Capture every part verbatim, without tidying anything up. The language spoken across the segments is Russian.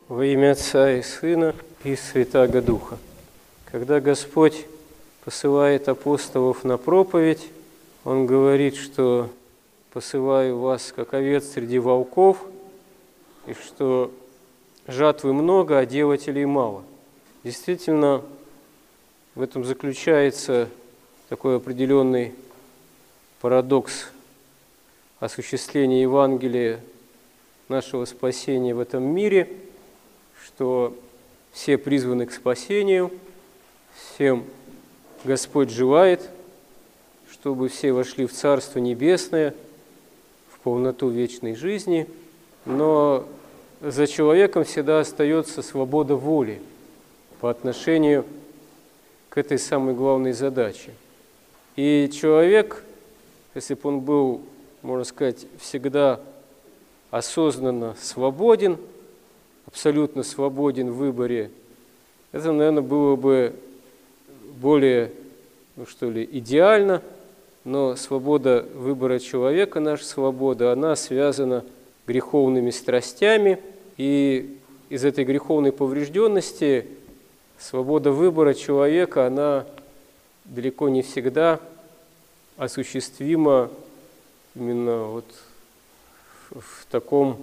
Во имя Отца и Сына и Святаго Духа. Когда Господь посылает апостолов на проповедь, Он говорит, что посылаю вас, как овец среди волков, и что жатвы много, а делателей мало. Действительно, в этом заключается такой определенный парадокс осуществления Евангелия нашего спасения в этом мире, что все призваны к спасению, всем Господь желает, чтобы все вошли в Царство Небесное, в полноту вечной жизни, но за человеком всегда остается свобода воли по отношению к этой самой главной задаче. И человек, если бы он был, можно сказать, всегда осознанно свободен, абсолютно свободен в выборе, это, наверное, было бы более, ну что ли, идеально, но свобода выбора человека, наша свобода, она связана греховными страстями, и из этой греховной поврежденности свобода выбора человека, она далеко не всегда осуществима именно вот в таком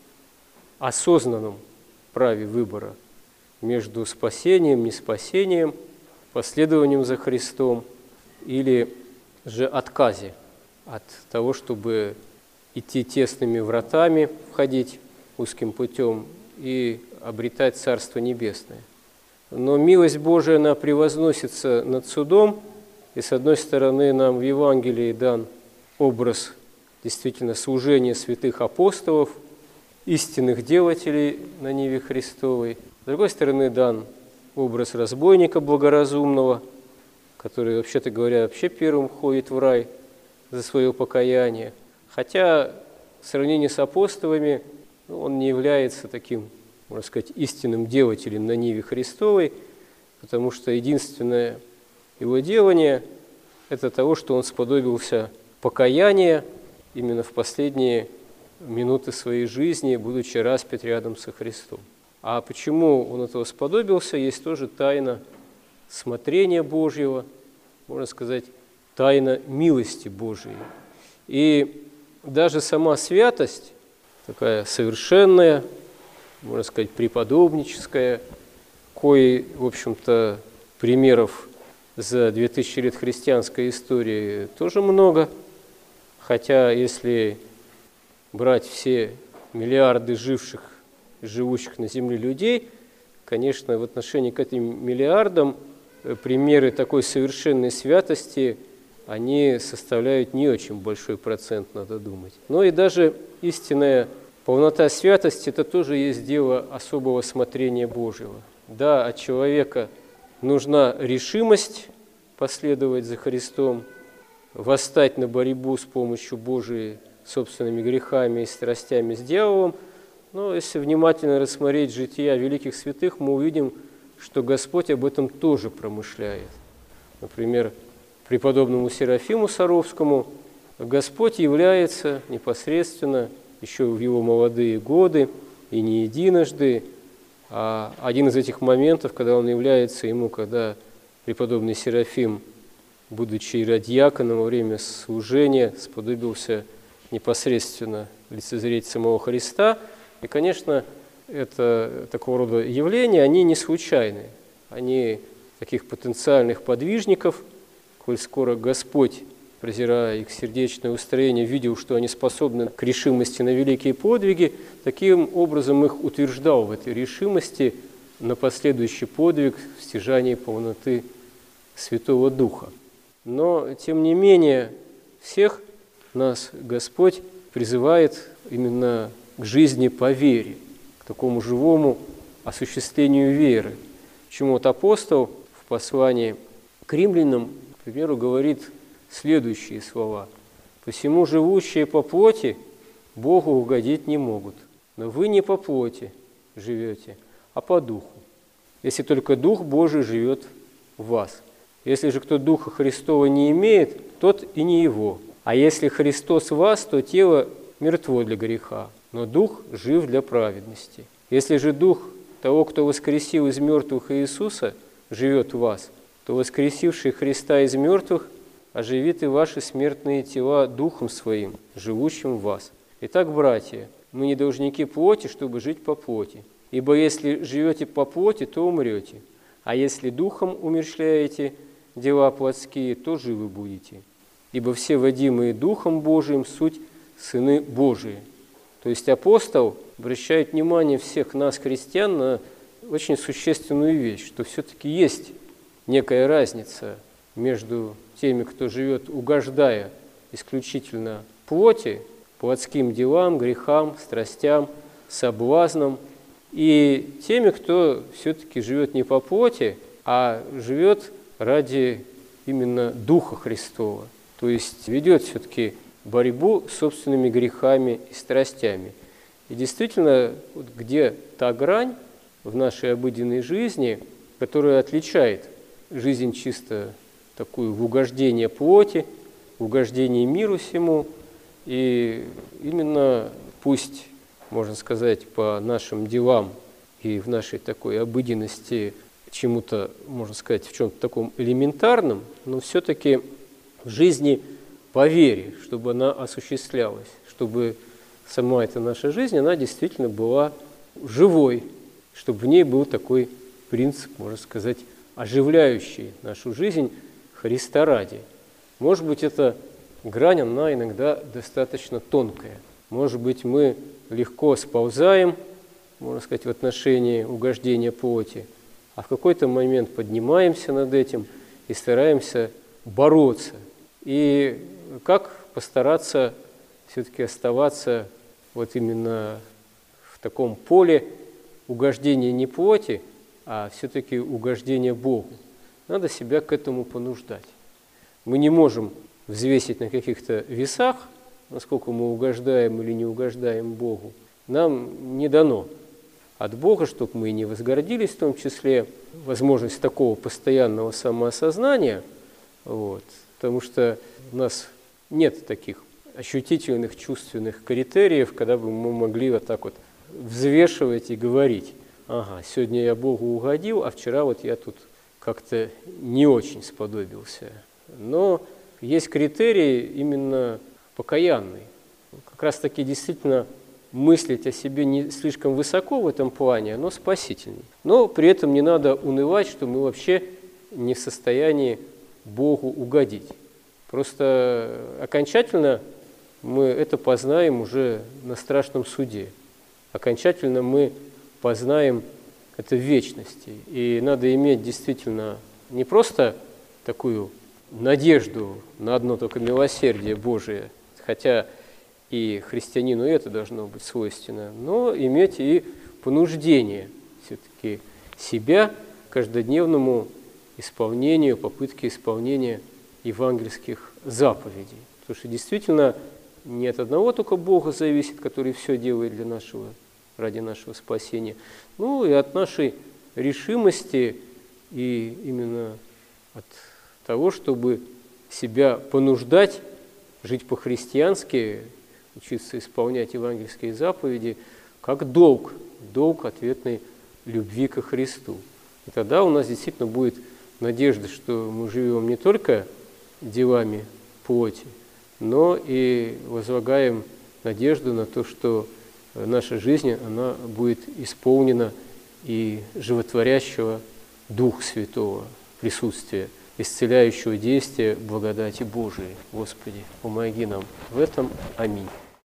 осознанном праве выбора между спасением, неспасением, последованием за Христом или же отказе от того, чтобы идти тесными вратами, входить узким путем и обретать Царство Небесное. Но милость Божия, она превозносится над судом, и с одной стороны нам в Евангелии дан образ действительно служения святых апостолов, истинных делателей на ниве Христовой. С другой стороны, дан образ разбойника благоразумного, который, вообще-то говоря, вообще первым ходит в рай за свое покаяние. Хотя в сравнении с апостолами ну, он не является таким, можно сказать, истинным делателем на ниве Христовой, потому что единственное его делание – это того, что он сподобился покаяния именно в последние минуты своей жизни, будучи распят рядом со Христом. А почему он этого сподобился, есть тоже тайна смотрения Божьего, можно сказать, тайна милости Божией. И даже сама святость, такая совершенная, можно сказать, преподобническая, коей, в общем-то, примеров за две тысячи лет христианской истории тоже много, хотя если брать все миллиарды живших, живущих на земле людей, конечно, в отношении к этим миллиардам примеры такой совершенной святости, они составляют не очень большой процент, надо думать. Но и даже истинная полнота святости – это тоже есть дело особого смотрения Божьего. Да, от человека нужна решимость последовать за Христом, восстать на борьбу с помощью Божией собственными грехами и страстями с дьяволом, но если внимательно рассмотреть жития великих святых, мы увидим, что Господь об этом тоже промышляет. Например, преподобному Серафиму Саровскому Господь является непосредственно еще в его молодые годы и не единожды, а один из этих моментов, когда он является ему, когда преподобный Серафим, будучи иродиаконом во время служения, сподобился непосредственно лицезреть самого Христа. И, конечно, это такого рода явления, они не случайны. Они таких потенциальных подвижников, коль скоро Господь, презирая их сердечное устроение, видел, что они способны к решимости на великие подвиги, таким образом их утверждал в этой решимости на последующий подвиг в стяжании полноты Святого Духа. Но, тем не менее, всех нас Господь призывает именно к жизни по вере, к такому живому осуществлению веры. Почему вот апостол в послании к римлянам, к примеру, говорит следующие слова. «Посему живущие по плоти Богу угодить не могут, но вы не по плоти живете, а по духу, если только Дух Божий живет в вас. Если же кто Духа Христова не имеет, тот и не его. А если Христос в вас, то тело мертво для греха, но Дух жив для праведности. Если же Дух того, кто воскресил из мертвых Иисуса, живет в вас, то воскресивший Христа из мертвых оживит и ваши смертные тела Духом Своим, живущим в вас. Итак, братья, мы не должники плоти, чтобы жить по плоти. Ибо если живете по плоти, то умрете, а если Духом умерщвляете дела плотские, то живы будете. Ибо все водимые Духом Божиим суть сыны Божии. То есть апостол обращает внимание всех нас, христиан, на очень существенную вещь, что все-таки есть некая разница между теми, кто живет, угождая исключительно плоти, плотским делам, грехам, страстям, соблазнам, и теми, кто все-таки живет не по плоти, а живет ради именно Духа Христова, то есть ведет все-таки борьбу с собственными грехами и страстями. И действительно, вот где та грань в нашей обыденной жизни, которая отличает жизнь чисто такую в угождение плоти, в угождение миру всему, и именно пусть, можно сказать, по нашим делам и в нашей такой обыденности чему-то, можно сказать, в чем-то таком элементарном, но все-таки в жизни по вере, чтобы она осуществлялась, чтобы сама эта наша жизнь, она действительно была живой, чтобы в ней был такой принцип, можно сказать, оживляющий нашу жизнь Христа ради. Может быть, эта грань, она иногда достаточно тонкая. Может быть, мы легко сползаем, можно сказать, в отношении угождения плоти, а в какой-то момент поднимаемся над этим и стараемся бороться. И как постараться все-таки оставаться вот именно в таком поле угождения не плоти, а все-таки угождения Богу. Надо себя к этому понуждать. Мы не можем взвесить на каких-то весах, насколько мы угождаем или не угождаем Богу. Нам не дано от Бога, чтобы мы не возгордились, в том числе возможность такого постоянного самоосознания, вот, потому что у нас нет таких ощутительных чувственных критериев, когда бы мы могли вот так вот взвешивать и говорить: ага, сегодня я Богу угодил, а вчера вот я тут как-то не очень сподобился. Но есть критерии именно покаянные. Как раз таки действительно мыслить о себе не слишком высоко в этом плане, но спасительней. Но при этом не надо унывать, что мы вообще не в состоянии Богу угодить. Просто окончательно мы это познаем уже на страшном суде. Окончательно мы познаем это в вечности. И надо иметь действительно не просто такую надежду на одно только милосердие Божие, хотя и христианину это должно быть свойственно, но иметь и понуждение все-таки себя к каждодневному исполнению, попытке исполнения евангельских заповедей. Потому что действительно не от одного только Бога зависит, который все делает для нашего, ради нашего спасения, ну и от нашей решимости и именно от того, чтобы себя понуждать жить по-христиански, учиться исполнять евангельские заповеди, как долг, долг ответной любви ко Христу. И тогда у нас действительно будет надежда, что мы живем не только делами плоти, но и возлагаем надежду на то, что наша жизнь, она будет исполнена и животворящего Духа Святого присутствия, исцеляющего действия благодати Божией. Господи, помоги нам в этом. Аминь.